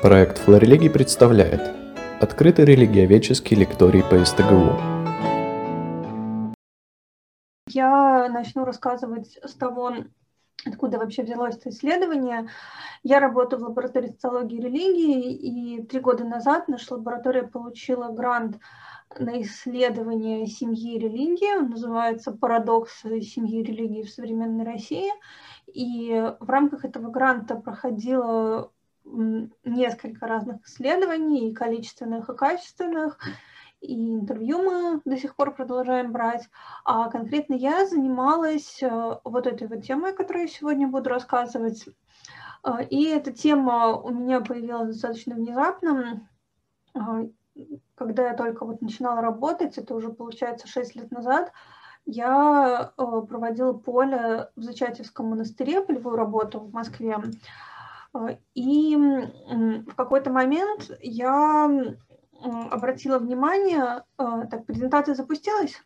Проект «Флорелигий» представляет открытый религиоведческий лекторий по СТГУ. Я начну рассказывать с того, откуда вообще взялось это исследование. Я работаю в лаборатории социологии и религии, и 3 года назад наша лаборатория получила грант на исследование семьи и религии. Он называется «Парадоксы семьи и религии в современной России». И в рамках этого гранта проходило несколько разных исследований, и количественных, и качественных, и интервью мы до сих пор продолжаем брать. А конкретно я занималась вот этой вот темой, о которой я сегодня буду рассказывать. И эта тема у меня появилась достаточно внезапно, когда я только вот начинала работать, это уже получается 6 лет назад. Я проводила поле в Зачатевском монастыре, полевую работу в Москве. И в какой-то момент я обратила внимание... Так, презентация запустилась?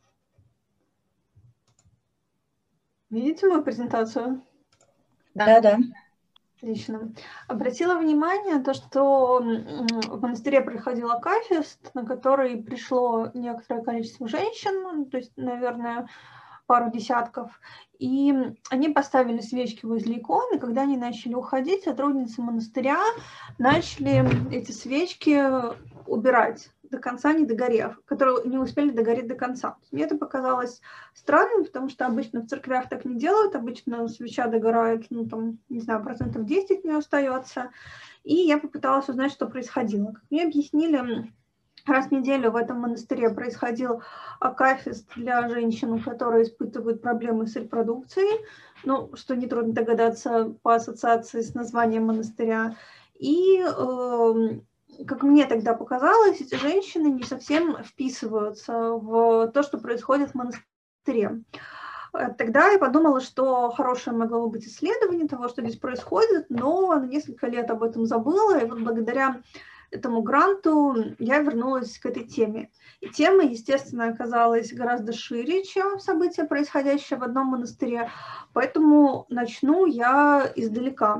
Видите мою презентацию? Да. Отлично. Обратила внимание то, что в монастыре проходил акафист, на который пришло некоторое количество женщин, то есть, наверное, пару десятков, и они поставили свечки возле иконы. Когда они начали уходить, сотрудницы монастыря начали эти свечки убирать, до конца не догорев, которые не успели догореть до конца. Мне это показалось странным, потому что обычно в церквях так не делают, обычно свеча догорает, не знаю, 10% не остается. И я попыталась узнать, что происходило. Как мне объяснили, раз в неделю в этом монастыре происходил акафист для женщин, которые испытывают проблемы с репродукцией, что нетрудно догадаться по ассоциации с названием монастыря. И, как мне тогда показалось, эти женщины не совсем вписываются в то, что происходит в монастыре. Тогда я подумала, что хорошее могло быть исследование того, что здесь происходит, но на несколько лет об этом забыла, и вот благодаря этому гранту я вернулась к этой теме. И тема, естественно, оказалась гораздо шире, чем события, происходящие в одном монастыре, поэтому начну я издалека.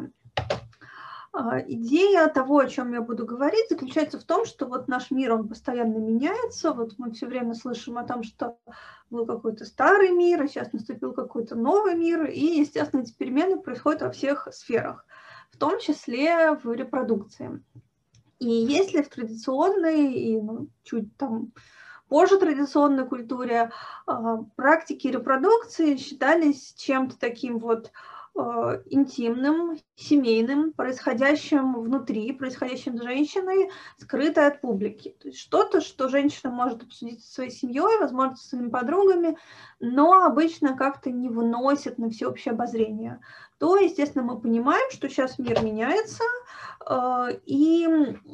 Идея того, о чем я буду говорить, заключается в том, что вот наш мир, он постоянно меняется. Вот мы все время слышим о том, что был какой-то старый мир, а сейчас наступил какой-то новый мир. И, естественно, эти перемены происходят во всех сферах, в том числе в репродукции. И если в традиционной и чуть там позже традиционной культуре практики репродукции считались чем-то таким вот интимным, семейным, происходящим внутри, происходящим с женщиной, скрытое от публики. То есть что-то, что женщина может обсудить со своей семьей, возможно, со своими подругами, но обычно как-то не выносит на всеобщее обозрение. То, естественно, мы понимаем, что сейчас мир меняется, и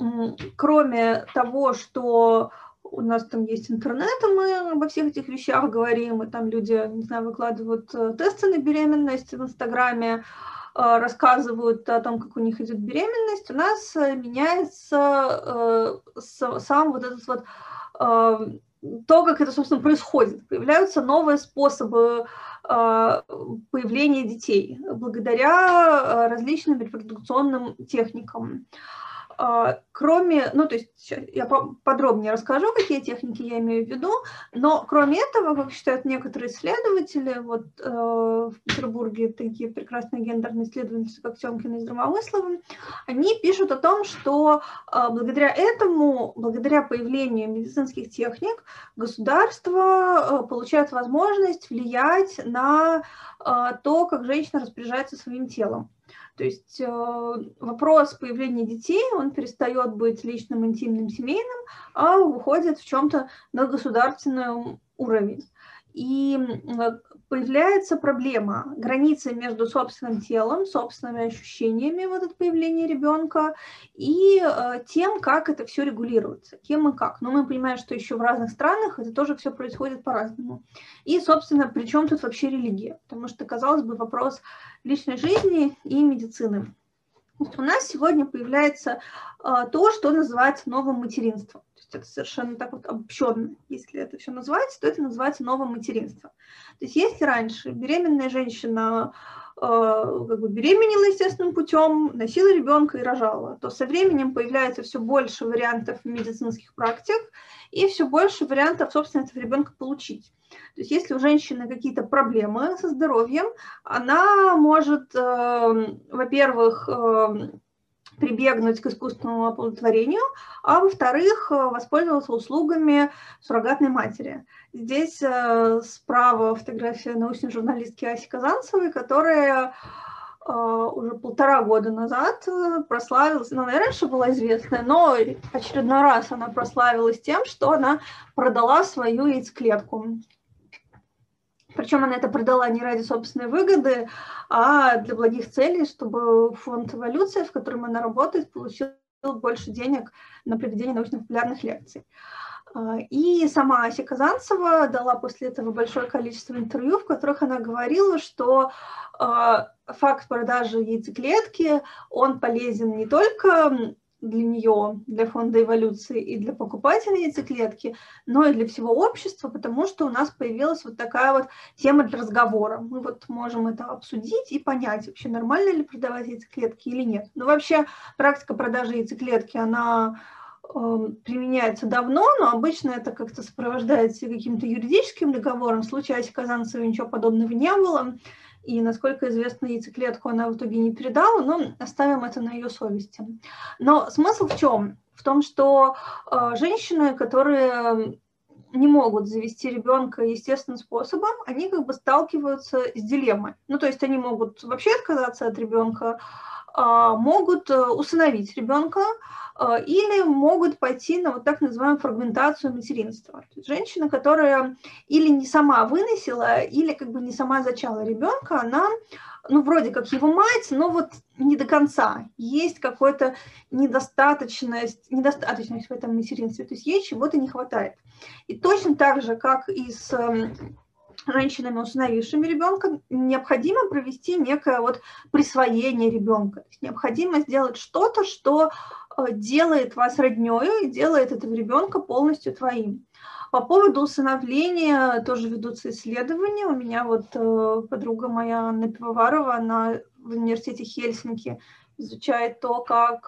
кроме того, что у нас там есть интернет, и мы обо всех этих вещах говорим, и там люди, не знаю, выкладывают тесты на беременность в Инстаграме, рассказывают о том, как у них идет беременность, у нас меняется сам вот этот вот то, как это, собственно, происходит. Появляются новые способы появления детей благодаря различным репродукционным техникам. Кроме, то есть я подробнее расскажу, какие техники я имею в виду, но кроме этого, как считают некоторые исследователи, вот в Петербурге такие прекрасные гендерные исследователи, как Тёмкина и Здравомыслова, они пишут о том, что благодаря этому, благодаря появлению медицинских техник, государство получает возможность влиять на то, как женщина распоряжается своим телом. То есть вопрос появления детей, он перестает быть личным, интимным, семейным, а выходит в чем-то на государственный уровень. И появляется проблема, границы между собственным телом, собственными ощущениями вот от появления ребенка и тем, как это все регулируется, кем и как. Но мы понимаем, что еще в разных странах это тоже все происходит по-разному. И, собственно, при чем тут вообще религия? Потому что, казалось бы, вопрос личной жизни и медицины. У нас сегодня появляется то, что называется новым материнством. есть это совершенно так вот обобщенно. Если это все называется, то это называется новое материнство. То есть если раньше беременная женщина как бы беременела естественным путем, носила ребенка и рожала, то со временем появляется все больше вариантов медицинских практик и все больше вариантов, собственно, этого ребенка получить. То есть если у женщины какие-то проблемы со здоровьем, она может, во-первых, прибегнуть к искусственному оплодотворению, а во-вторых, воспользоваться услугами суррогатной матери. Здесь справа фотография научной журналистки Аси Казанцевой, которая уже 1,5 года назад прославилась, ну, она и раньше была известная, но очередной раз она прославилась тем, что она продала свою яйцеклетку. Причем она это продала не ради собственной выгоды, а для благих целей, чтобы фонд «Эволюция», в котором она работает, получил больше денег на проведение научно-популярных лекций. И сама Ася Казанцева дала после этого большое количество интервью, в которых она говорила, что факт продажи яйцеклетки, он полезен не только для нее, для фонда «Эволюции» и для покупателей яйцеклетки, но и для всего общества, потому что у нас появилась вот такая вот тема для разговора. Мы вот можем это обсудить и понять, вообще нормально ли продавать яйцеклетки или нет. Но вообще практика продажи яйцеклетки, она применяется давно, но обычно это как-то сопровождается каким-то юридическим договором. В случае Аси Казанцевой ничего подобного не было. И, насколько известно, яйцеклетку она в итоге не передала, но оставим это на ее совести. Но смысл в чем? В том, что женщины, которые не могут завести ребенка естественным способом, они как бы сталкиваются с дилеммой. Ну, то есть они могут вообще отказаться от ребенка, могут усыновить ребенка, или могут пойти на вот так называемую фрагментацию материнства. То есть женщина, которая или не сама выносила, или как бы не сама зачала ребенка, она, ну, вроде как его мать, но вот не до конца. Есть какая-то недостаточность в этом материнстве, то есть ей чего-то не хватает. И точно так же, как и с женщинами, усыновившими ребенка, необходимо провести некое вот присвоение ребенка. То есть необходимо сделать что-то, что делает вас роднёю и делает этого ребенка полностью твоим. По поводу усыновления тоже ведутся исследования. У меня вот подруга моя Анна Пивоварова, она в университете Хельсинки изучает то, как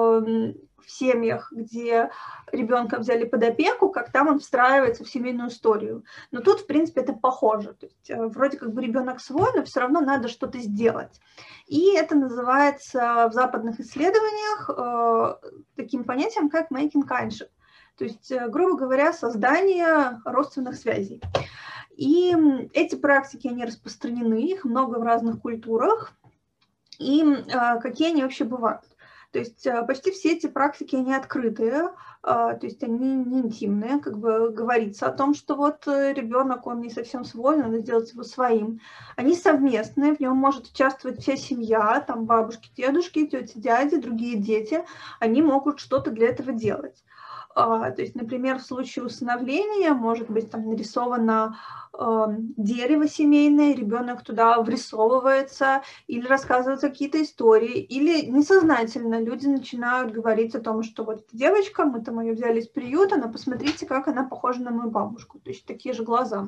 в семьях, где ребенка взяли под опеку, как там он встраивается в семейную историю. Но тут, в принципе, это похоже. То есть вроде как бы ребенок свой, но все равно надо что-то сделать. И это называется в западных исследованиях таким понятием, как making kinship. То есть, грубо говоря, создание родственных связей. И эти практики, они распространены, их много в разных культурах. И какие они вообще бывают? То есть почти все эти практики, они открытые, то есть они не интимные, как бы говорится о том, что вот ребенок, он не совсем свой, надо сделать его своим. Они совместные, в нем может участвовать вся семья, там бабушки, дедушки, тети, дяди, другие дети, они могут что-то для этого делать. То есть, например, в случае усыновления может быть там нарисовано дерево семейное, ребенок туда врисовывается, или рассказываются какие-то истории, или несознательно люди начинают говорить о том, что вот эта девочка, мы там ее взяли из приюта, но посмотрите, как она похожа на мою бабушку, то есть такие же глаза.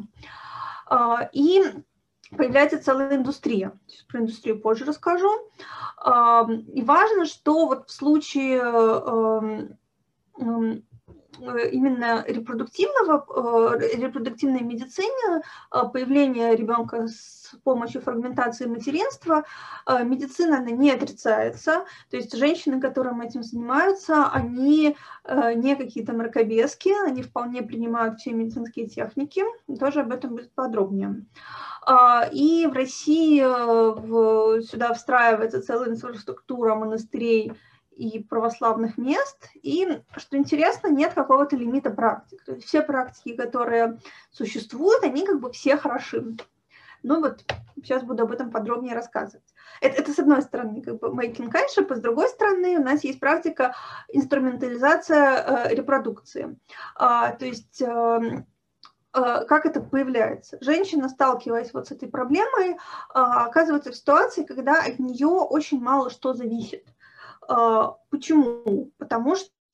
И появляется целая индустрия. Про индустрию позже расскажу. И важно, что вот в случае именно репродуктивной медицине, появление ребенка с помощью фрагментации материнства, медицина, она не отрицается. То есть женщины, которым этим занимаются, они не какие-то мракобески, они вполне принимают все медицинские техники. Тоже об этом будет подробнее. И в России сюда встраивается целая инфраструктура монастырей и православных мест, и, что интересно, нет какого-то лимита практик. То есть все практики, которые существуют, они как бы все хороши. Ну вот, сейчас буду об этом подробнее рассказывать. Это с одной стороны, как бы making kinship, а с другой стороны у нас есть практика инструментализация репродукции. То есть как это появляется? Женщина, сталкиваясь вот с этой проблемой, оказывается в ситуации, когда от нее очень мало что зависит. Почему? Потому что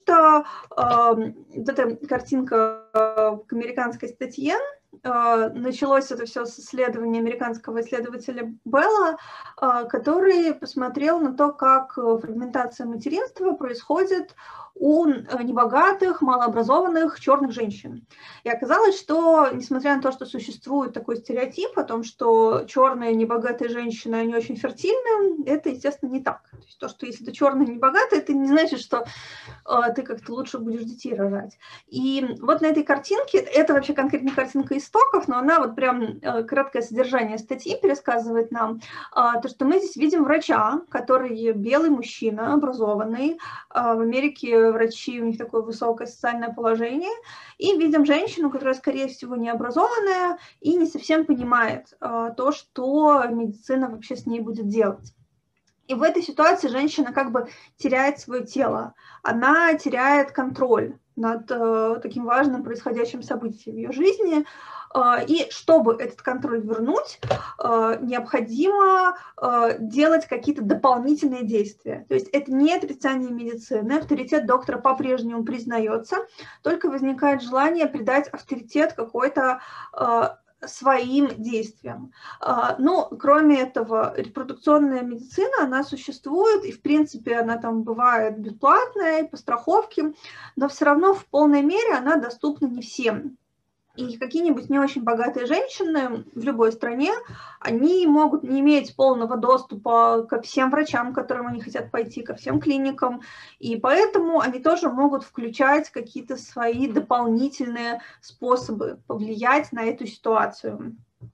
что вот эта картинка к американской статье, началось это все с исследования американского исследователя Белла, который посмотрел на то, как фрагментация материнства происходит у небогатых, малообразованных черных женщин. И оказалось, что, несмотря на то, что существует такой стереотип о том, что черные небогатые женщины, они очень фертильны, это, естественно, не так. То есть то, что если ты черная небогатая, это не значит, что ты как-то лучше будешь детей рожать. И вот на этой картинке, это вообще конкретно картинка истоков, но она вот прям краткое содержание статьи пересказывает нам, то, что мы здесь видим врача, который белый мужчина, образованный, в Америке врачи, у них такое высокое социальное положение, и видим женщину, которая, скорее всего, необразованная и не совсем понимает то, что медицина вообще с ней будет делать. И в этой ситуации женщина как бы теряет свое тело, она теряет контроль над таким важным происходящим событием в ее жизни. И чтобы этот контроль вернуть, необходимо делать какие-то дополнительные действия. То есть это не отрицание медицины, авторитет доктора по-прежнему признается, только возникает желание придать авторитет какой-то своим действиям. Ну, кроме этого, репродукционная медицина, она существует, и, в принципе, она там бывает бесплатная, по страховке, но все равно в полной мере она доступна не всем. И какие-нибудь не очень богатые женщины в любой стране, они могут не иметь полного доступа ко всем врачам, к которым они хотят пойти, ко всем клиникам, и поэтому они тоже могут включать какие-то свои дополнительные способы повлиять на эту ситуацию.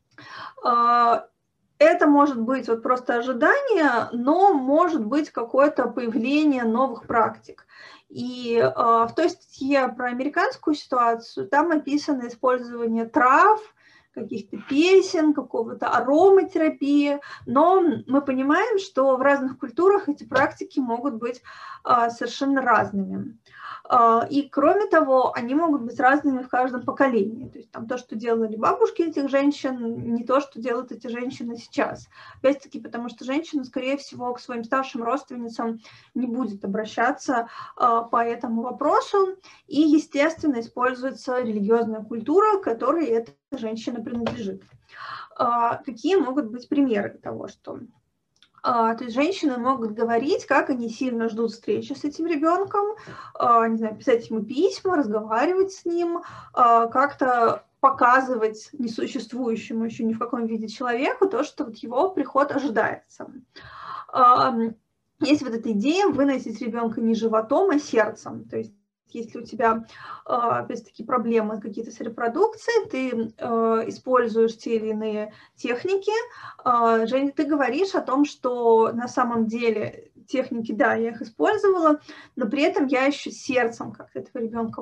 Это может быть вот просто ожидание, но может быть какое-то появление новых практик. И в той статье про американскую ситуацию там описано использование трав, каких-то песен, какого-то ароматерапии, но мы понимаем, что в разных культурах эти практики могут быть совершенно разными. И кроме того, они могут быть разными в каждом поколении. То есть там то, что делали бабушки этих женщин, не то, что делают эти женщины сейчас. Опять-таки, потому что женщина, скорее всего, к своим старшим родственницам не будет обращаться по этому вопросу. И, естественно, используется религиозная культура, которой эта женщина принадлежит. Какие могут быть примеры того, что... То есть женщины могут говорить, как они сильно ждут встречи с этим ребенком, не знаю, писать ему письма, разговаривать с ним, как-то показывать несуществующему еще ни в каком виде человеку то, что вот его приход ожидается. Есть вот эта идея выносить ребенка не животом, а сердцем. То есть если у тебя, опять-таки, проблемы какие-то с репродукцией, ты используешь те или иные техники. Женя, ты говоришь о том, что на самом деле техники, да, я их использовала, но при этом я еще сердцем как-то этого ребенка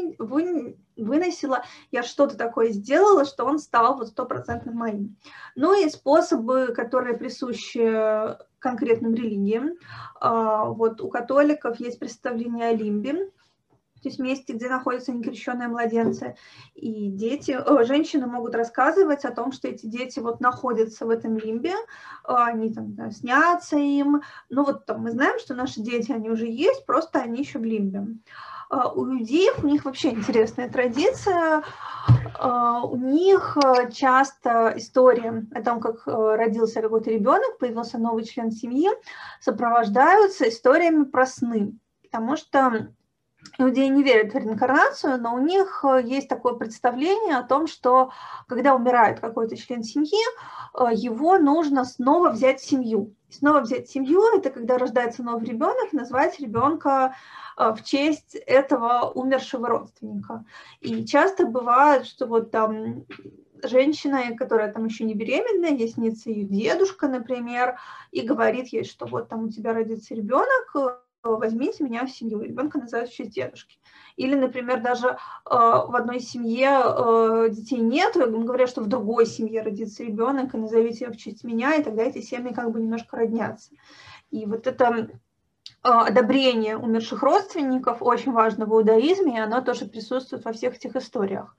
выносила, я что-то такое сделала, что он стал вот 100% моим. Ну и способы, которые присущи конкретным религиям. Вот у католиков есть представление о лимбе, то есть месте, где находятся некрещенные младенцы, и женщины могут рассказывать о том, что эти дети вот находятся в этом лимбе, они там, да, снятся им, ну вот там мы знаем, что наши дети, они уже есть, просто они еще в лимбе. У иудеев, у них вообще интересная традиция, у них часто история о том, как родился какой-то ребенок, появился новый член семьи, сопровождаются историями про сны, потому что иудеи не верят в реинкарнацию, но у них есть такое представление о том, что когда умирает какой-то член семьи, его нужно снова взять в семью. Снова взять в семью – это когда рождается новый ребенок, назвать ребенка в честь этого умершего родственника. И часто бывает, что вот там женщина, которая там еще не беременная, ей снится ее дедушка, например, и говорит ей, что вот там у тебя родится ребенок, возьмите меня в семью, ребенка называют в честь дедушки. Или, например, даже в одной семье детей нет, говорят, что в другой семье родится ребенок, и назовите его в честь меня, и тогда эти семьи как бы немножко роднятся. И вот это одобрение умерших родственников очень важно в иудаизме, и оно тоже присутствует во всех этих историях.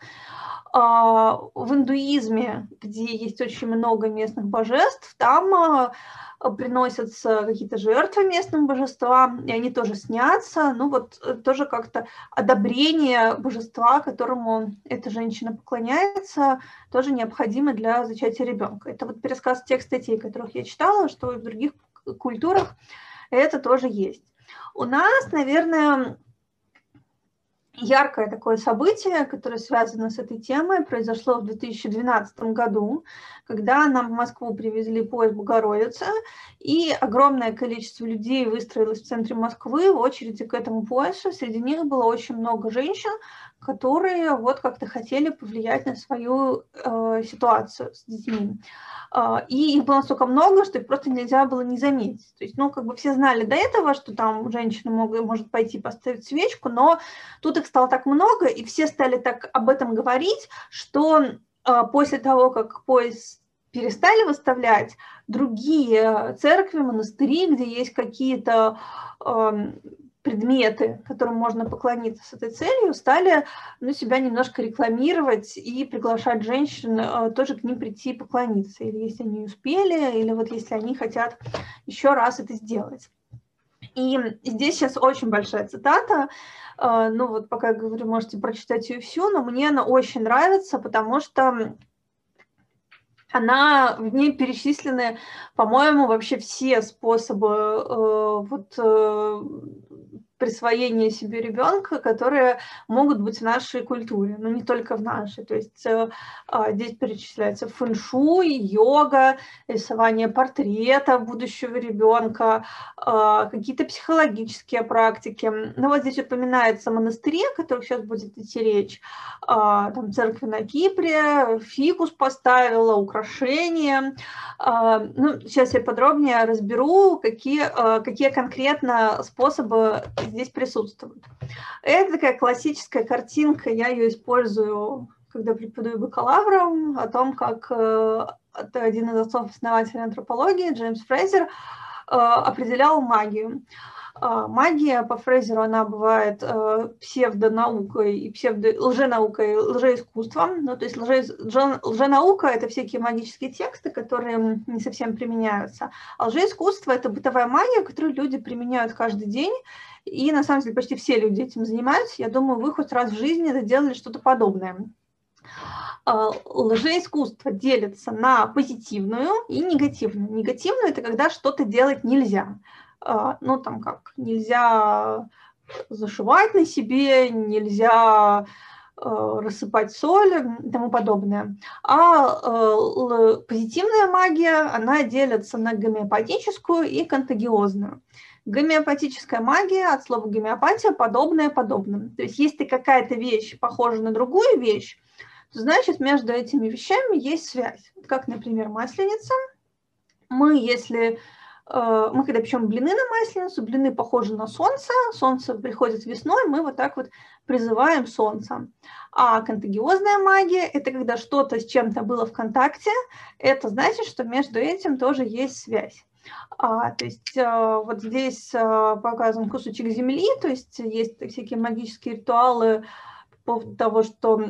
В индуизме, где есть очень много местных божеств, там приносятся какие-то жертвы местным божествам, и они тоже снятся. Ну вот тоже как-то одобрение божества, которому эта женщина поклоняется, тоже необходимо для зачатия ребенка. Это вот пересказ тех статей, которых я читала, что в других культурах это тоже есть. У нас, наверное, яркое такое событие, которое связано с этой темой, произошло в 2012 году, когда нам в Москву привезли поезд Богородицы, и огромное количество людей выстроилось в центре Москвы в очереди к этому поезду. Среди них было очень много женщин, которые вот как-то хотели повлиять на свою ситуацию с детьми. И их было настолько много, что их просто нельзя было не заметить. То есть, ну, как бы все знали до этого, что там женщина может пойти поставить свечку, но тут их стало так много, и все стали так об этом говорить, что после того, как поезд перестали выставлять, другие церкви, монастыри, где есть какие-то предметы, которым можно поклониться с этой целью, стали себя немножко рекламировать и приглашать женщин тоже к ним прийти и поклониться. Или если они успели, или вот если они хотят еще раз это сделать. И здесь сейчас очень большая цитата. Ну вот пока я говорю, можете прочитать ее всю, но мне она очень нравится, потому что в ней перечислены, по-моему, вообще все способы присвоения себе ребенка, которые могут быть в нашей культуре, но не только в нашей. То есть здесь перечисляется фэн-шуй, йога, рисование портрета будущего ребенка, какие-то психологические практики. Ну вот здесь упоминается монастыри, о которых сейчас будет идти речь. Там церковь на Кипре, фикус поставила, украшения. Ну, сейчас я подробнее разберу, какие конкретно способы здесь присутствуют. Это такая классическая картинка, я ее использую, когда преподаю бакалаврам, о том, как один из отцов-основателей антропологии, Джеймс Фрейзер, определял магию. Магия по Фрейзеру, она бывает псевдонаукой и лженаукой, лжеискусством. Ну, то есть лженаука – это всякие магические тексты, которые не совсем применяются. А лжеискусство – это бытовая магия, которую люди применяют каждый день. И на самом деле почти все люди этим занимаются. Я думаю, вы хоть раз в жизни делали что-то подобное. Лжеискусство делится на позитивную и негативную. Негативную – это когда что-то делать нельзя. Ну, там как, нельзя зашивать на себе, нельзя рассыпать соль и тому подобное. А позитивная магия, она делится на гомеопатическую и контагиозную. Гомеопатическая магия, от слова гомеопатия, подобное подобным. То есть если какая-то вещь похожа на другую вещь, то значит между этими вещами есть связь. Как, например, масленица. Мы когда печем блины на масленицу, блины похожи на солнце, солнце приходит весной, мы вот так вот призываем солнце. А контагиозная магия – это когда что-то с чем-то было в контакте, это значит, что между этим тоже есть связь. То есть вот здесь показан кусочек земли, то есть есть всякие магические ритуалы по поводу того, что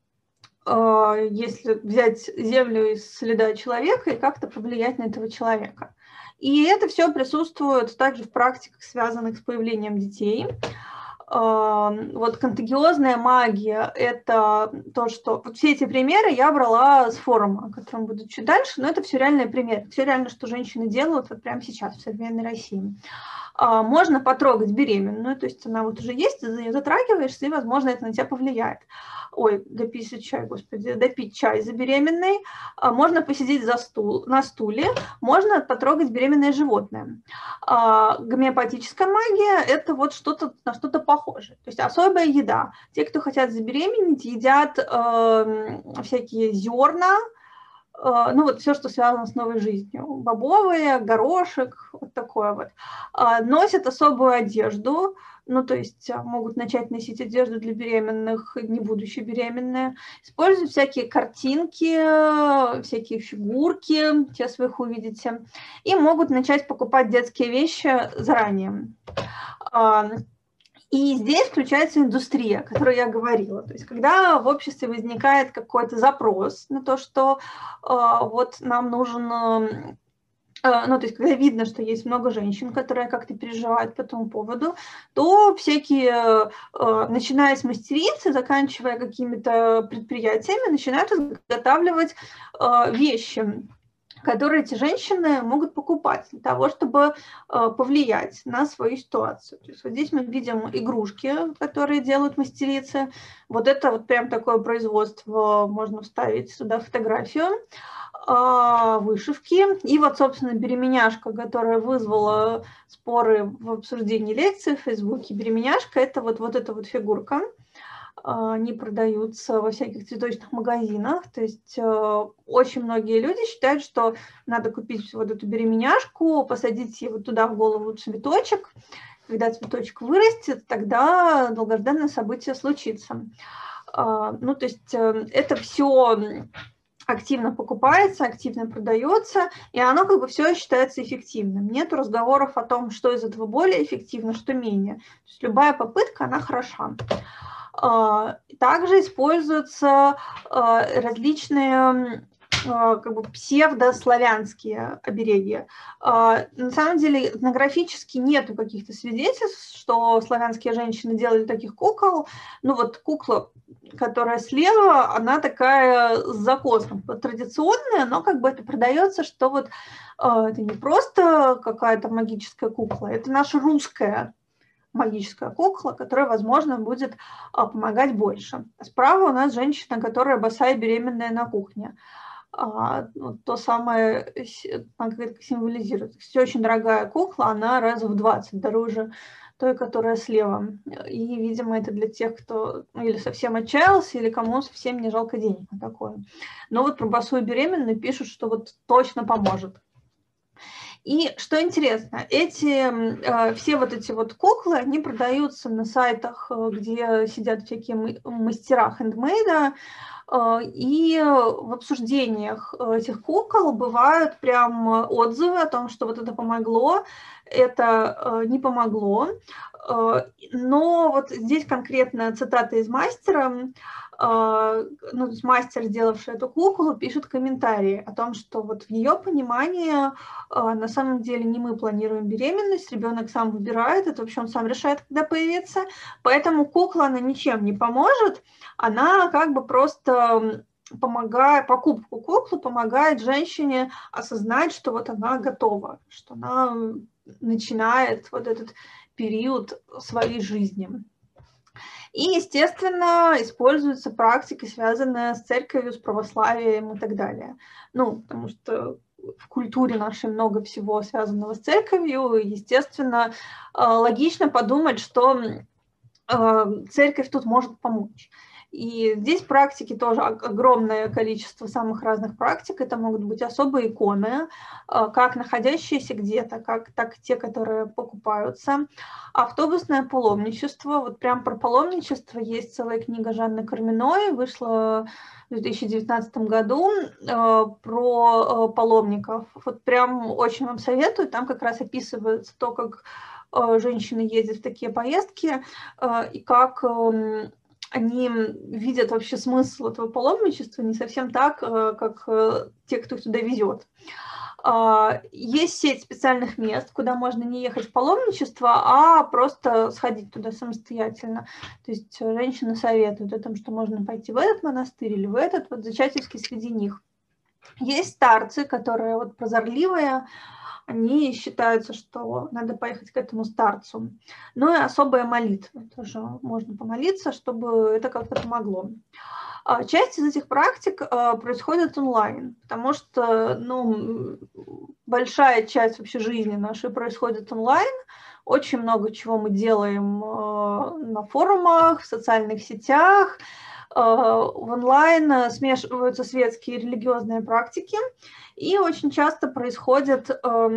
если взять землю из следа человека и как-то повлиять на этого человека. И это все присутствует также в практиках, связанных с появлением детей. Вот контагиозная магия – это то, что… Вот все эти примеры я брала с форума, о котором буду чуть дальше, но это все реальные примеры, все реально, что женщины делают вот прямо сейчас в современной России. Можно потрогать беременную, то есть она вот уже есть, ты за нее затрагиваешься, и, возможно, это на тебя повлияет. Допить чай за беременной, можно посидеть на стуле, можно потрогать беременное животное. Гомеопатическая магия – это вот на что-то похожее. То есть особая еда. Те, кто хотят забеременеть, едят всякие зерна, ну вот все, что связано с новой жизнью. Бобовые, горошек, вот такое вот. Носят особую одежду, ну то есть могут начать носить одежду для беременных, не будучи беременные. Используют всякие картинки, всякие фигурки, сейчас вы их увидите. И могут начать покупать детские вещи заранее. И здесь включается индустрия, о которой я говорила. То есть когда в обществе возникает какой-то запрос на то, что вот нам нужен ну, то есть, когда видно, что есть много женщин, которые как-то переживают по этому поводу, то всякие, начиная с мастерицы, заканчивая какими-то предприятиями, начинают изготавливать вещи, которые эти женщины могут покупать для того, чтобы повлиять на свою ситуацию. То есть вот здесь мы видим игрушки, которые делают мастерицы. Вот это вот прям такое производство, можно вставить сюда фотографию, вышивки. И вот, собственно, беременяшка, которая вызвала споры в обсуждении лекций в Фейсбуке. Беременяшка – это вот эта вот фигурка. Они продаются во всяких цветочных магазинах. То есть очень многие люди считают, что надо купить вот эту беременяшку, посадить ей вот туда в голову цветочек. Когда цветочек вырастет, тогда долгожданное событие случится. Ну, то есть это все активно покупается, активно продается, и оно как бы все считается эффективным. Нет разговоров о том, что из этого более эффективно, что менее. То есть любая попытка, она хороша. Также используются различные как бы псевдославянские обереги. На самом деле этнографически нету каких-то свидетельств, что славянские женщины делали таких кукол. Ну вот кукла, которая слева, она такая с закосом, традиционная, но как бы это продается, что вот это не просто какая-то магическая кукла, это наша русская магическая кукла, которая, возможно, будет помогать больше. Справа у нас женщина, которая босая, беременная на кухне. То самое символизирует. Все очень дорогая кукла, она раз в 20 дороже той, которая слева. И, видимо, это для тех, кто или совсем отчаялся, или кому совсем не жалко денег на такое. Но вот про босую беременную пишут, что вот точно поможет. И что интересно, все вот эти вот куклы, они продаются на сайтах, где сидят всякие мастера хендмейда, и в обсуждениях этих кукол бывают прям отзывы о том, что вот это помогло, это не помогло. Но вот здесь конкретно цитата из мастера. Ну, то есть мастер, сделавший эту куклу, пишет комментарии о том, что вот в ее понимании на самом деле не мы планируем беременность, ребенок сам выбирает, это вообще он сам решает, когда появится, поэтому кукла, она ничем не поможет, она как бы просто помогает, покупку куклы помогает женщине осознать, что вот она готова, что она начинает вот этот период своей жизни. И, естественно, используются практики, связанные с церковью, с православием и так далее. Ну, потому что в культуре нашей много всего связанного с церковью. Естественно, логично подумать, что церковь тут может помочь. И здесь практики тоже огромное количество самых разных практик. Это могут быть особые иконы, как находящиеся где-то, так и те, которые покупаются. Автобусное паломничество. Вот прям про паломничество есть целая книга Жанны Карминой, вышла в 2019 году про паломников. Вот прям очень вам советую. Там как раз описывается то, как женщины ездят в такие поездки, и как они видят вообще смысл этого паломничества не совсем так, как те, кто их туда везет. Есть сеть специальных мест, куда можно не ехать в паломничество, а просто сходить туда самостоятельно. То есть женщины советуют о том, что можно пойти в этот монастырь или в этот, вот Зачатевский среди них. Есть старцы, которые вот прозорливые, они считаются, что надо поехать к этому старцу. Ну и особая молитва. Тоже можно помолиться, чтобы это как-то помогло. Часть из этих практик происходит онлайн, потому что большая часть вообще жизни нашей происходит онлайн. Очень много чего мы делаем на форумах, в социальных сетях. В онлайн смешиваются светские и религиозные практики, и очень часто происходит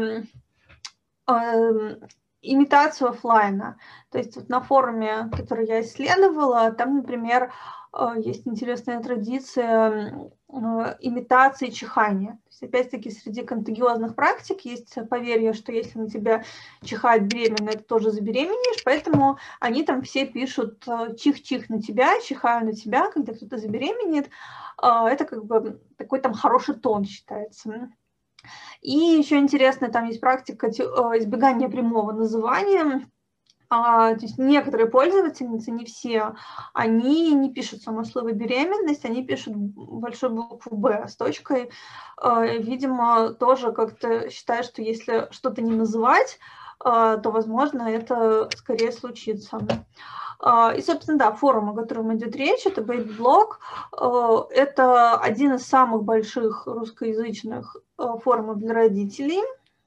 имитация офлайна. То есть вот на форуме, который я исследовала, там, например, есть интересная традиция имитации чихания. То есть, опять-таки, среди контагиозных практик есть поверье, что если на тебя чихает беременная, ты тоже забеременеешь, поэтому они там все пишут чих-чих на тебя, чихаю на тебя, когда кто-то забеременеет. Это как бы такой там хороший тон считается. И еще интересно, там есть практика избегания прямого называния. То есть некоторые пользовательницы, не все, они не пишут само слово «беременность», они пишут большую букву «Б» с точкой. Видимо, тоже как-то считают, что если что-то не называть, то, возможно, это скорее случится. И, собственно, да, форум, о котором идет речь, это Babyblog. Это один из самых больших русскоязычных форумов для родителей.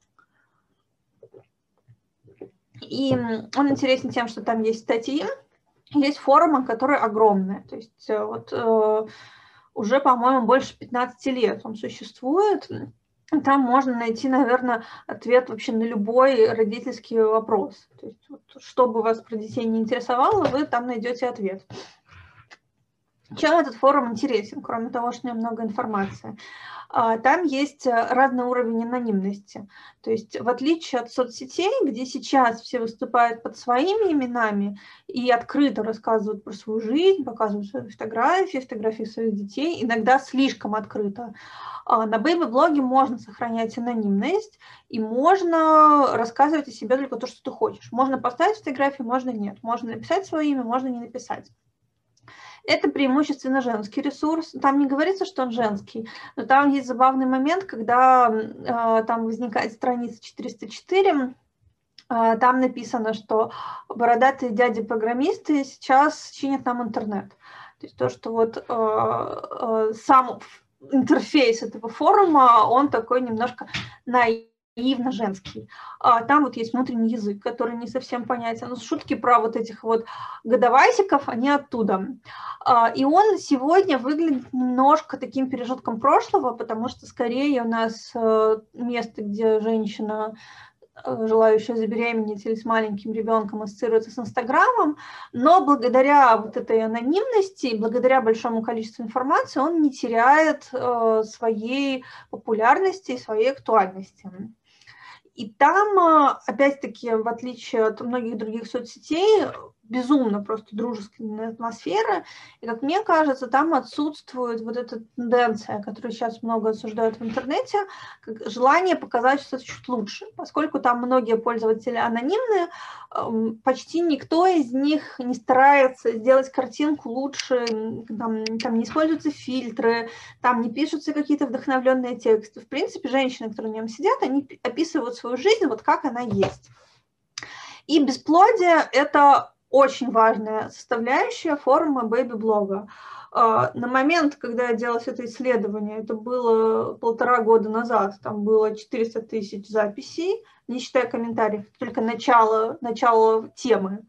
И он интересен тем, что там есть статьи, есть форумы, которые огромные. То есть вот уже, по-моему, больше 15 лет он существует. Там можно найти, наверное, ответ вообще на любой родительский вопрос. То есть, вот, что бы вас про детей не интересовало, вы там найдете ответ. Чем этот форум интересен, кроме того, что в нем много информации? Там есть разный уровень анонимности. То есть в отличие от соцсетей, где сейчас все выступают под своими именами и открыто рассказывают про свою жизнь, показывают свои фотографии своих детей, иногда слишком открыто, на Babyblog можно сохранять анонимность, и можно рассказывать о себе только то, что ты хочешь. Можно поставить фотографию, можно нет. Можно написать свое имя, можно не написать. Это преимущественно женский ресурс. Там не говорится, что он женский, но там есть забавный момент, когда там возникает страница 404, там написано, что бородатые дяди-программисты сейчас чинят нам интернет. То есть то, что вот сам интерфейс этого форума, он такой немножко наивно женский. Там вот есть внутренний язык, который не совсем понятен. Но шутки про вот этих вот годовасиков, они оттуда. И он сегодня выглядит немножко таким пережитком прошлого, потому что скорее у нас место, где женщина, желающая забеременеть или с маленьким ребенком, ассоциируется с Инстаграмом, но благодаря вот этой анонимности, благодаря большому количеству информации, он не теряет своей популярности и своей актуальности. И там, опять-таки, в отличие от многих других соцсетей, безумно просто дружественная атмосфера, и, как мне кажется, там отсутствует вот эта тенденция, которую сейчас много осуждают в интернете, как желание показать что-то чуть лучше. Поскольку там многие пользователи анонимные, почти никто из них не старается сделать картинку лучше, там не используются фильтры, там не пишутся какие-то вдохновленные тексты. В принципе, женщины, которые в нем сидят, они описывают свою жизнь вот как она есть. И бесплодие – это очень важная составляющая форума Babyblog. На момент, когда я делала это исследование, это было 1,5 года назад, там было 400 тысяч записей, не считая комментариев, только начало темы.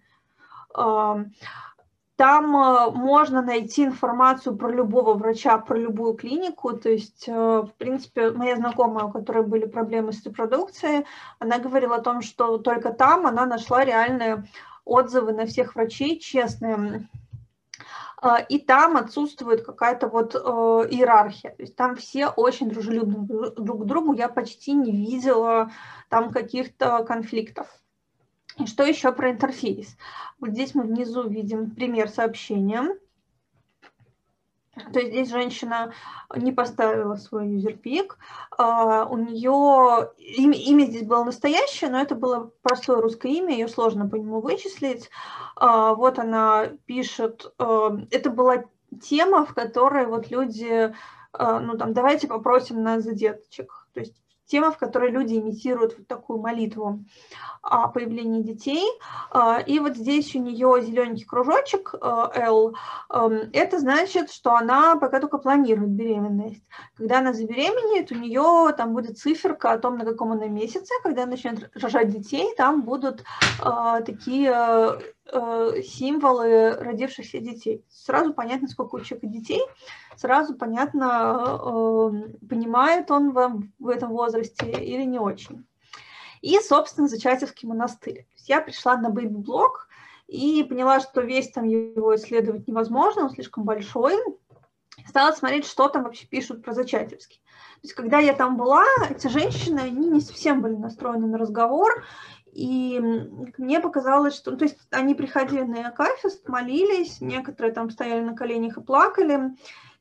Там можно найти информацию про любого врача, про любую клинику. То есть, в принципе, моя знакомая, у которой были проблемы с репродукцией, она говорила о том, что только там она нашла реальные отзывы на всех врачей, честные. И там отсутствует какая-то вот иерархия. То есть там все очень дружелюбны друг к другу. Я почти не видела там каких-то конфликтов. И что еще про интерфейс? Вот здесь мы внизу видим пример сообщения. То есть здесь женщина не поставила свой юзерпик. У нее имя здесь было настоящее, но это было простое русское имя, ее сложно по нему вычислить. Вот она пишет. Это была тема, в которой вот люди, ну там, давайте попросим нас за деточек. То есть тема, в которой люди имитируют вот такую молитву о появлении детей. И вот здесь у нее зелененький кружочек L. Это значит, что она пока только планирует беременность. Когда она забеременеет, у нее там будет циферка о том, на каком она месяце. Когда она начнет рожать детей, там будут такие символы родившихся детей. Сразу понятно, сколько у человека детей, сразу понятно, понимает он в этом возрасте или не очень. И, собственно, Зачатевский монастырь. Я пришла на Babyblog и поняла, что весь там его исследовать невозможно, он слишком большой. Стала смотреть, что там вообще пишут про Зачатевский. То есть, когда я там была, эти женщины, они не совсем были настроены на разговор, и мне показалось, что... То есть, они приходили на Акафист, молились, некоторые там стояли на коленях и плакали,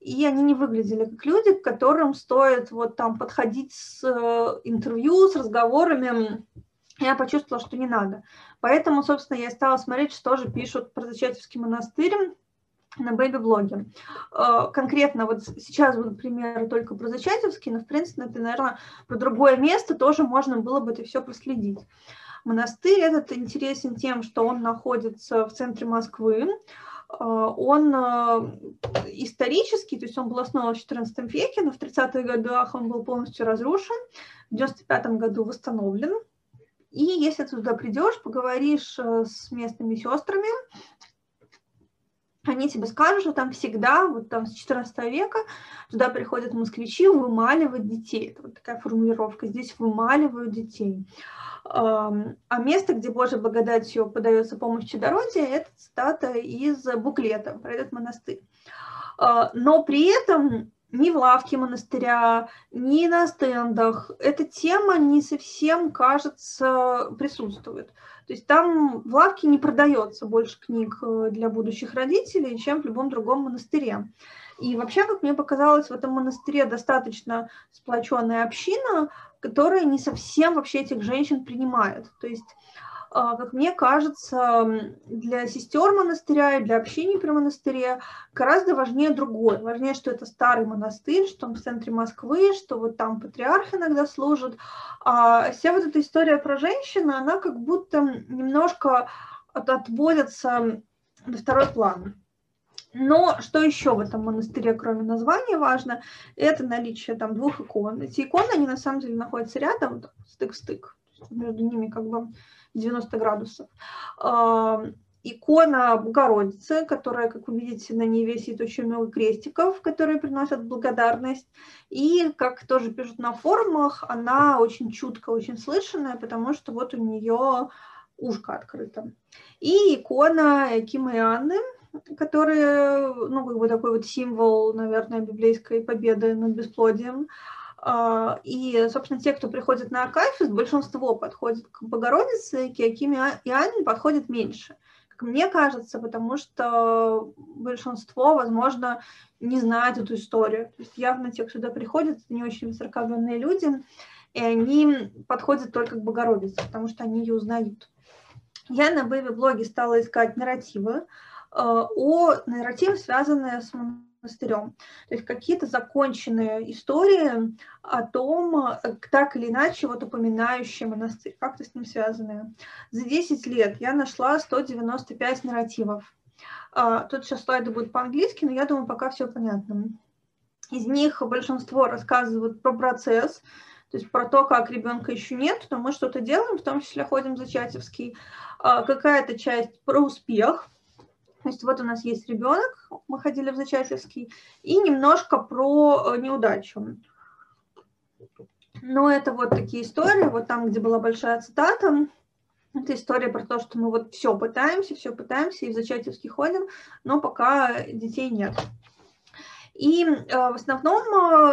и они не выглядели как люди, к которым стоит вот там подходить с интервью, с разговорами. Я почувствовала, что не надо. Поэтому, собственно, я стала смотреть, что же пишут про Зачатевский монастырь на бэйби-блоге. Конкретно вот сейчас будут примеры только про Зачатевский, но, в принципе, это, наверное, про другое место тоже можно было бы это все проследить. Монастырь этот интересен тем, что он находится в центре Москвы. Он исторический, то есть он был основан в XIV веке, но в 30-х годах он был полностью разрушен, в 95-м году восстановлен. И если ты туда придешь, поговоришь с местными сестрами, они тебе скажут, что там всегда, вот там с 14 века, туда приходят москвичи вымаливать детей. Это вот такая формулировка. Здесь вымаливают детей. А место, где Божьей благодатью подается помощь чадородия, это цитата из буклета про этот монастырь. Но при этом ни в лавке монастыря, ни на стендах эта тема не совсем, кажется, присутствует. То есть там в лавке не продается больше книг для будущих родителей, чем в любом другом монастыре. И вообще, как мне показалось, в этом монастыре достаточно сплоченная община, которая не совсем вообще этих женщин принимает. То есть, как мне кажется, для сестер монастыря и для общения при монастыре гораздо важнее другое. Важнее, что это старый монастырь, что он в центре Москвы, что вот там патриарх иногда служит. А вся вот эта история про женщину, она как будто немножко отводится на второй план. Но что еще в этом монастыре, кроме названия, важно, это наличие там 2 икон. Эти иконы, они на самом деле находятся рядом, стык-стык, между ними как бы 90 градусов. Икона Богородицы, которая, как вы видите, на ней висит очень много крестиков, которые приносят благодарность. И, как тоже пишут на форумах, она очень чуткая, очень слышанная, потому что вот у нее ушко открыто. И икона Якима и Анны, который, ну, как бы такой вот символ, наверное, библейской победы над бесплодием. И, собственно, те, кто приходит на Акафист, большинство подходит к Богородице, к Якиме и Анне подходит меньше. Как мне кажется, потому что большинство, возможно, не знает эту историю. То есть явно те, кто сюда приходят, это не очень высокообразованные люди, и они подходят только к Богородице, потому что они ее узнают. Я на бэйби-блоге стала искать нарративы, нарративы, связанные с монастырем. То есть какие-то законченные истории о том, так или иначе, вот упоминающие монастырь, как-то с ним связанные. За 10 лет я нашла 195 нарративов. Тут сейчас слайды будут по-английски, но я думаю, пока все понятно. Из них большинство рассказывают про процесс, то есть про то, как ребенка еще нет, но мы что-то делаем, в том числе ходим в Зачатевский. Какая-то часть про успех. То есть вот у нас есть ребенок, мы ходили в Зачатевский, и немножко про неудачу. Но это вот такие истории, вот там, где была большая цитата, это история про то, что мы вот все пытаемся, и в Зачатевский ходим, но пока детей нет. И в основном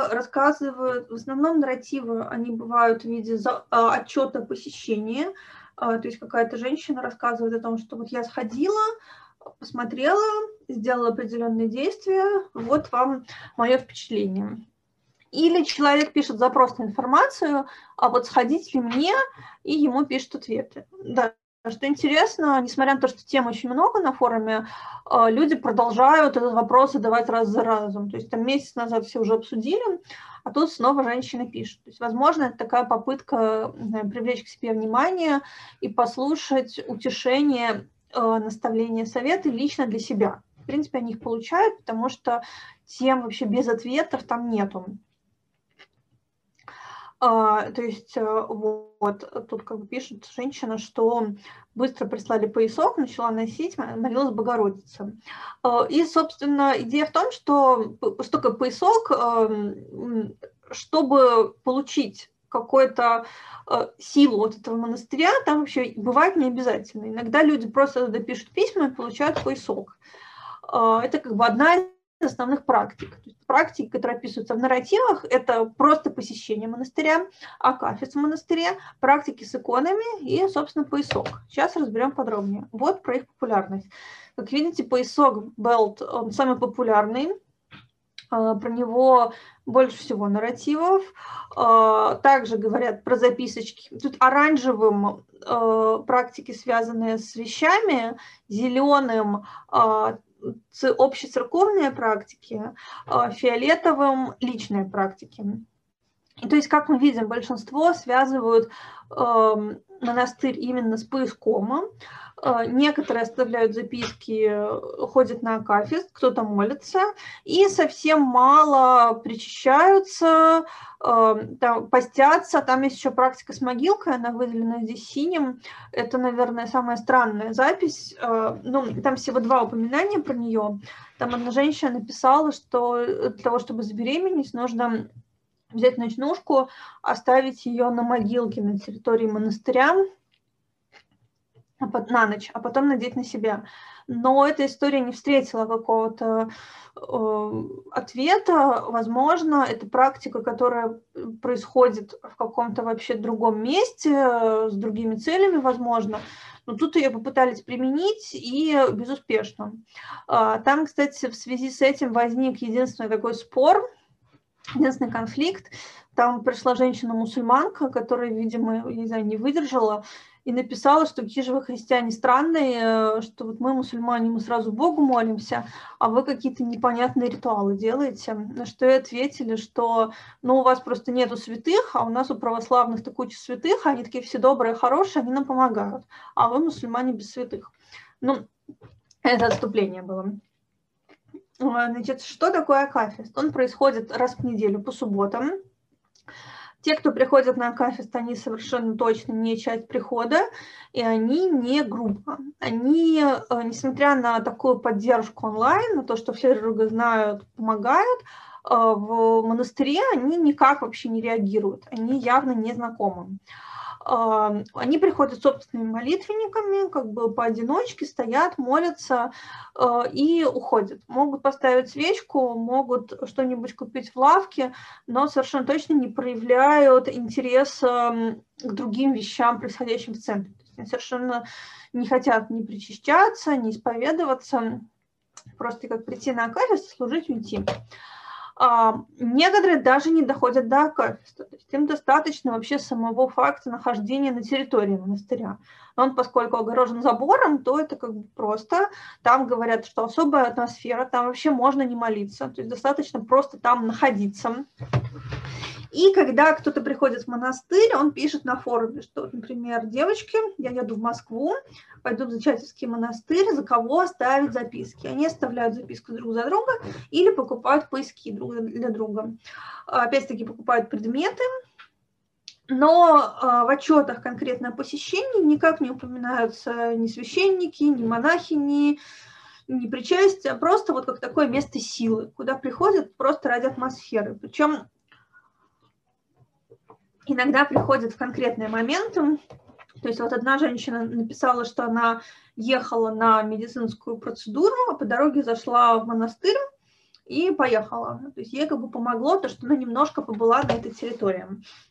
нарративы, они бывают в виде отчета посещения, то есть какая-то женщина рассказывает о том, что вот я сходила, посмотрела, сделала определенные действия, вот вам мое впечатление. Или человек пишет запрос на информацию, а вот сходить ли мне, и ему пишут ответы. Да, что интересно, несмотря на то, что тем очень много на форуме, люди продолжают этот вопрос задавать раз за разом. То есть там месяц назад все уже обсудили, а тут снова женщина пишет. То есть, возможно, это такая попытка привлечь к себе внимание и послушать утешение, наставления, советы лично для себя. В принципе, они их получают, потому что тем вообще без ответов там нету. То есть вот тут как бы пишет женщина, что быстро прислали поясок, начала носить, молилась Богородице. И, собственно, идея в том, что такое поясок, чтобы получить какую-то силу от этого монастыря, там вообще бывает не обязательно. Иногда люди просто туда пишут письма и получают поясок. Это как бы одна из основных практик. Практики, которые описываются в нарративах, это просто посещение монастыря, акафист в монастыре, практики с иконами и, собственно, поясок. Сейчас разберем подробнее. Вот про их популярность. Как видите, поясок Belt, он самый популярный. Про него больше всего нарративов. Также говорят про записочки. Тут оранжевым практики, связанные с вещами, зеленым общецерковные практики, фиолетовым личные практики. И то есть, как мы видим, большинство связывают монастырь именно с поиском. Некоторые оставляют записки, ходят на акафист, кто-то молится, и совсем мало причащаются, там, постятся. Там есть еще практика с могилкой, она выделена здесь синим. Это, наверное, самая странная запись. Ну, там всего 2 упоминания про нее. Там одна женщина написала, что для того, чтобы забеременеть, нужно взять ночнушку, оставить ее на могилке на территории монастыря на ночь, а потом надеть на себя. Но эта история не встретила какого-то ответа. Возможно, это практика, которая происходит в каком-то вообще другом месте, с другими целями, возможно. Но тут ее попытались применить, и безуспешно. Там, кстати, в связи с этим возник единственный такой спор, единственный конфликт. Там пришла женщина-мусульманка, которая, видимо, я не знаю, не выдержала, и написала, что какие же вы христиане странные, что вот мы, мусульмане, мы сразу Богу молимся, а вы какие-то непонятные ритуалы делаете. На что и ответили, что ну, у вас просто нету святых, а у нас у православных-то куча святых, они такие все добрые, хорошие, они нам помогают, а вы, мусульмане, без святых. Ну, это отступление было. Значит, что такое акафист? Он происходит раз в неделю по субботам. Те, кто приходят на акафист, они совершенно точно не часть прихода, и они не группа. Они, несмотря на такую поддержку онлайн, на то, что все друг друга знают, помогают, в монастыре они никак вообще не реагируют, они явно не знакомы. Они приходят собственными молитвенниками, как бы поодиночке, стоят, молятся и уходят. Могут поставить свечку, могут что-нибудь купить в лавке, но совершенно точно не проявляют интереса к другим вещам, происходящим в центре. То есть они совершенно не хотят ни причащаться, ни исповедоваться, просто как прийти на акафист, служить, уйти. Некоторые даже не доходят до акафиста, то есть им достаточно вообще самого факта нахождения на территории монастыря. Он, поскольку огорожен забором, то это как бы просто. Там говорят, что особая атмосфера, там вообще можно не молиться, то есть достаточно просто там находиться. И когда кто-то приходит в монастырь, он пишет на форуме, что, например, девочки, я еду в Москву, пойду в Зачатевский монастырь, за кого оставить записки. Они оставляют записку друг за друга или покупают поиски друг для друга. Опять-таки покупают предметы, но в отчетах конкретно о посещении никак не упоминаются ни священники, ни монахини, ни причастие, просто вот как такое место силы, куда приходят просто ради атмосферы. Причем иногда приходят в конкретные моменты. То есть вот одна женщина написала, что она ехала на медицинскую процедуру, а по дороге зашла в монастырь и поехала. То есть ей как бы помогло то, что она немножко побыла на этой территории.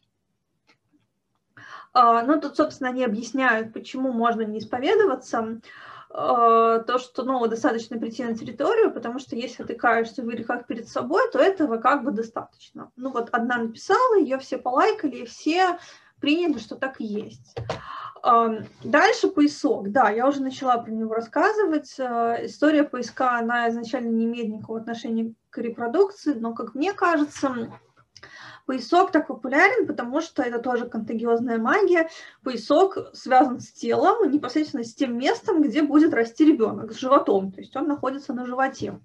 Ну, тут, собственно, они объясняют, почему можно не исповедоваться. То, что, ну, достаточно прийти на территорию, потому что если ты каешься в грехах перед собой, то этого как бы достаточно. Ну, вот одна написала, ее все полайкали, и все приняли, что так и есть. Дальше поисок. Да, я уже начала про него рассказывать. История поиска, она изначально не имеет никакого отношения к репродукции, но, как мне кажется, поисок так популярен, потому что это тоже контагиозная магия. Поисок связан с телом, непосредственно с тем местом, где будет расти ребенок, с животом. То есть он находится на животе.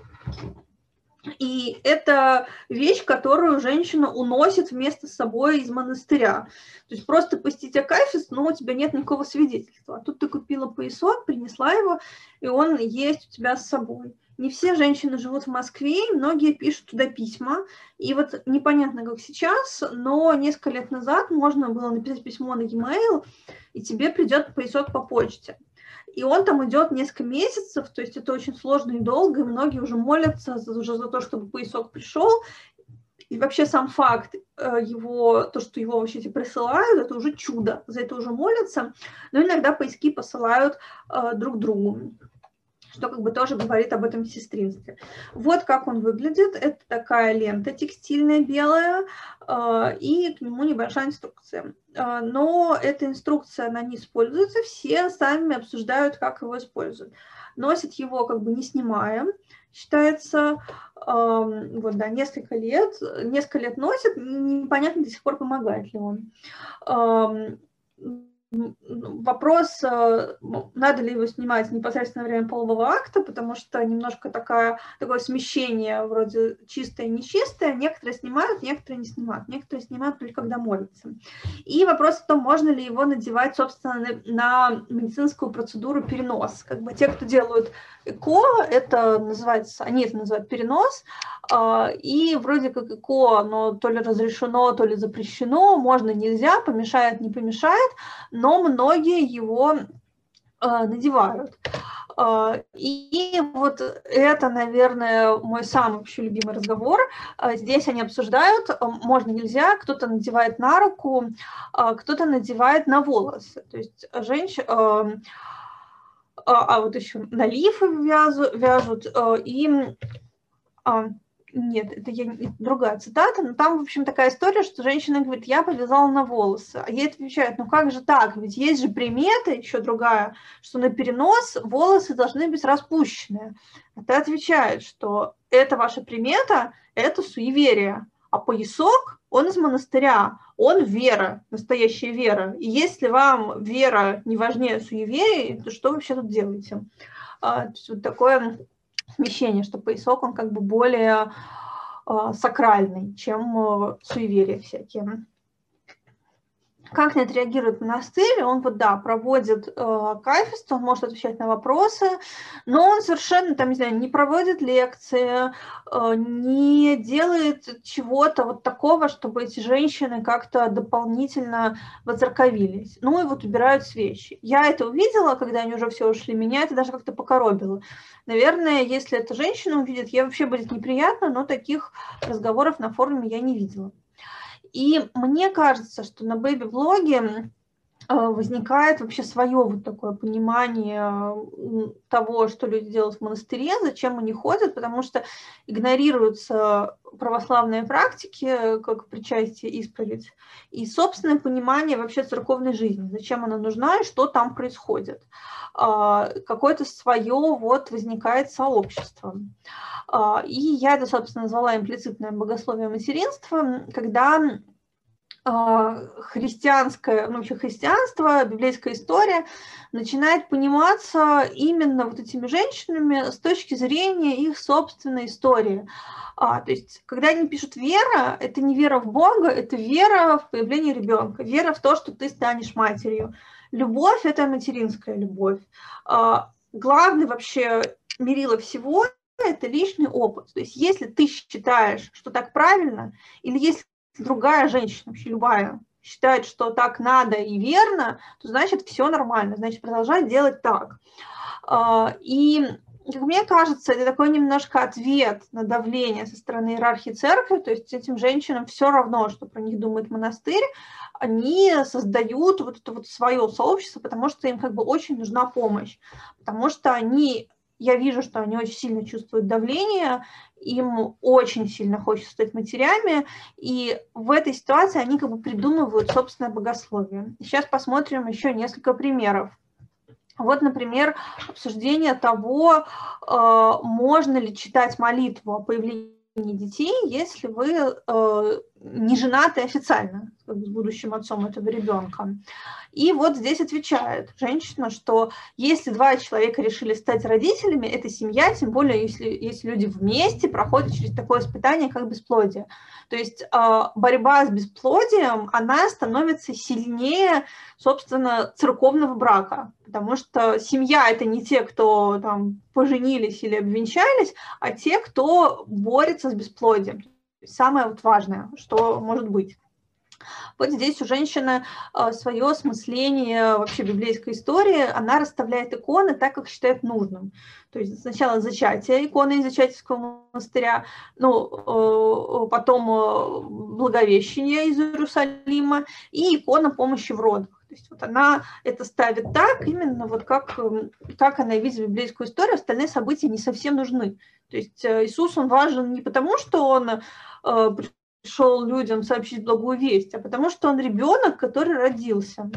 И это вещь, которую женщина уносит вместе с собой из монастыря. То есть просто посетить акафист, но у тебя нет никакого свидетельства. А тут ты купила поясок, принесла его, и он есть у тебя с собой. Не все женщины живут в Москве, и многие пишут туда письма. И вот непонятно, как сейчас, но несколько лет назад можно было написать письмо на e-mail, и тебе придет поясок по почте. И он там идет несколько месяцев, то есть это очень сложно и долго, и многие уже молятся уже за то, чтобы поясок пришел. И вообще сам факт его, то, что его вообще тебе присылают, это уже чудо, за это уже молятся. Но иногда поиски посылают друг другу. что как бы тоже говорит об этом сестринстве. Вот как он выглядит. Это такая лента текстильная белая, и к нему небольшая инструкция. Но эта инструкция, она не используется, все сами обсуждают, как его используют. Носят его как бы не снимая, считается, вот, да, несколько лет носят, непонятно до сих пор, помогает ли он. Вопрос, надо ли его снимать непосредственно во время полового акта, потому что немножко такое смещение, вроде чистое и нечистое. Некоторые снимают, некоторые не снимают. Некоторые снимают только когда молятся. И вопрос в том, можно ли его надевать, собственно, на медицинскую процедуру перенос. Как бы те, кто делают ЭКО, они это называют перенос, и вроде как ЭКО, оно то ли разрешено, то ли запрещено, можно, нельзя, помешает, не помешает, но многие его надевают. И вот это, наверное, мой самый вообще любимый разговор. Здесь они обсуждают, можно, нельзя, кто-то надевает на руку, кто-то надевает на волосы. То есть женщина... вот еще на лифы вяжут, и... Нет, это другая цитата, но там, в общем, такая история, что женщина говорит, я повязала на волосы, а ей отвечают, ну как же так, ведь есть же примета, еще другая, что на перенос волосы должны быть распущенные. А ты отвечаешь, что это ваша примета, это суеверие, а поясок, он из монастыря, он вера, настоящая вера, и если вам вера не важнее суеверий, то что вы вообще тут делаете? То есть вот такое... смещение, что поясок, он как бы более сакральный, чем суеверия всякие. Как на это реагирует монастырь? Он вот, да, проводит кафест, он может отвечать на вопросы, но он совершенно, там, не знаю, не проводит лекции, не делает чего-то вот такого, чтобы эти женщины как-то дополнительно воцерковились. Ну и вот убирают свечи. Я это увидела, когда они уже все ушли, меня это даже как-то покоробило. Наверное, если эта женщина увидит, ей вообще будет неприятно, но таких разговоров на форуме я не видела. И мне кажется, что на бэби-блоге возникает вообще свое вот такое понимание того, что люди делают в монастыре, зачем они ходят, потому что игнорируются православные практики, как причастие, исповедь, и собственное понимание вообще церковной жизни, зачем она нужна и что там происходит. Какое-то свое вот возникает сообщество. И я это, собственно, назвала имплицитное богословие материнства, когда христианское, ну, вообще христианство, библейская история начинает пониматься именно вот этими женщинами с точки зрения их собственной истории. То есть, когда они пишут «вера», это не вера в Бога, это вера в появление ребенка, вера в то, что ты станешь матерью. Любовь – это материнская любовь. Главный вообще мерило всего – это личный опыт. То есть, если ты считаешь, что так правильно, или если другая женщина, вообще любая, считает, что так надо и верно, то значит все нормально, значит продолжать делать так. И, как мне кажется, это такой немножко ответ на давление со стороны иерархии церкви, то есть этим женщинам все равно, что про них думает монастырь, они создают вот это вот свое сообщество, потому что им как бы очень нужна помощь, потому что я вижу, что они очень сильно чувствуют давление, им очень сильно хочется стать матерями, и в этой ситуации они как бы придумывают собственное богословие. Сейчас посмотрим еще несколько примеров. Вот, например, обсуждение того, можно ли читать молитву о появлении детей, если вы не женаты официально с будущим отцом этого ребенка. И вот здесь отвечает женщина, что если два человека решили стать родителями, это семья, тем более если люди вместе проходят через такое испытание, как бесплодие. То есть борьба с бесплодием, она становится сильнее, собственно, церковного брака, потому что семья – это не те, кто там поженились или обвенчались, а те, кто борется с бесплодием. Самое вот важное, что может быть. Вот здесь у женщины свое осмысление вообще библейской истории, она расставляет иконы так, как считает нужным. То есть сначала зачатие, иконы из Зачатийского монастыря, потом Благовещение из Иерусалима и икона помощи в родах. То есть вот она это ставит так, именно вот как она видит библейскую историю, остальные события не совсем нужны. То есть Иисус, он важен не потому, что он пришел людям сообщить благую весть, а потому что он ребенок, который родился.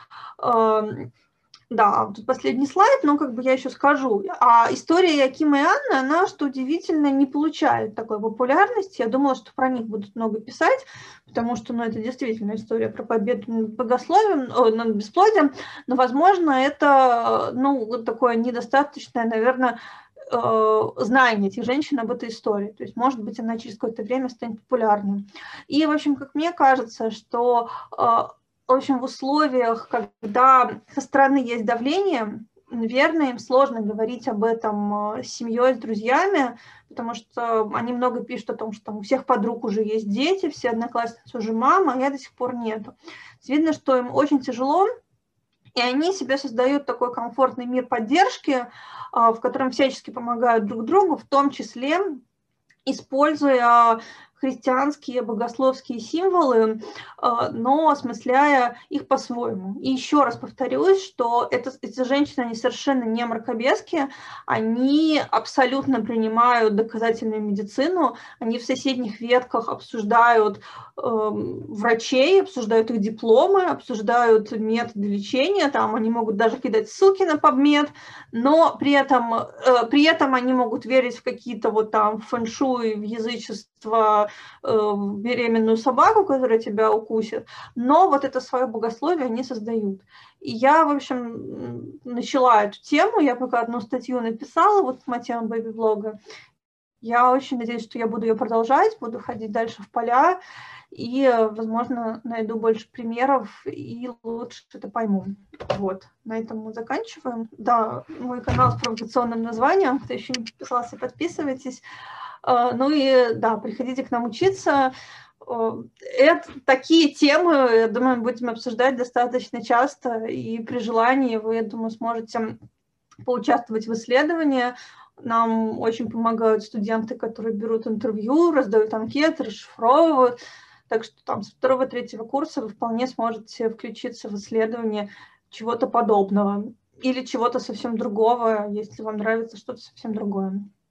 Да, тут последний слайд, но как бы я еще скажу. А история Иоакима и Анны, она, что удивительно, не получает такой популярности. Я думала, что про них будут много писать, потому что, ну, это действительно история про победу над богословием, над бесплодием, но, возможно, это, ну, такое недостаточное, наверное, знание этих женщин об этой истории. То есть, может быть, она через какое-то время станет популярной. И, в общем, как мне кажется, что в общем, в условиях, когда со стороны есть давление, наверное, им сложно говорить об этом с семьей, с друзьями, потому что они много пишут о том, что там у всех подруг уже есть дети, все одноклассницы уже мама, а я до сих пор нету. Видно, что им очень тяжело, и они себе создают такой комфортный мир поддержки, в котором всячески помогают друг другу, в том числе используя христианские богословские символы, но осмысляя их по-своему. И еще раз повторюсь, что эти женщины, они совершенно не мракобески, они абсолютно принимают доказательную медицину, они в соседних ветках обсуждают врачей, обсуждают их дипломы, обсуждают методы лечения, там они могут даже кидать ссылки на PubMed, но при этом они могут верить в какие-то вот там фэншуй, в язычество, в беременную собаку, которая тебя укусит, но вот это свое богословие они создают. И я, в общем, начала эту тему, я пока одну статью написала вот с мотивом бэби-блога. Я очень надеюсь, что я буду ее продолжать, буду ходить дальше в поля и, возможно, найду больше примеров и лучше это пойму. Вот, на этом мы заканчиваем. Да, мой канал с провокационным названием, кто еще не подписался, подписывайтесь. Ну и да, приходите к нам учиться. Такие темы, я думаю, мы будем обсуждать достаточно часто, и при желании вы, я думаю, сможете поучаствовать в исследовании. Нам очень помогают студенты, которые берут интервью, раздают анкеты, расшифровывают. Так что там с 2-3 курса вы вполне сможете включиться в исследование чего-то подобного или чего-то совсем другого, если вам нравится что-то совсем другое.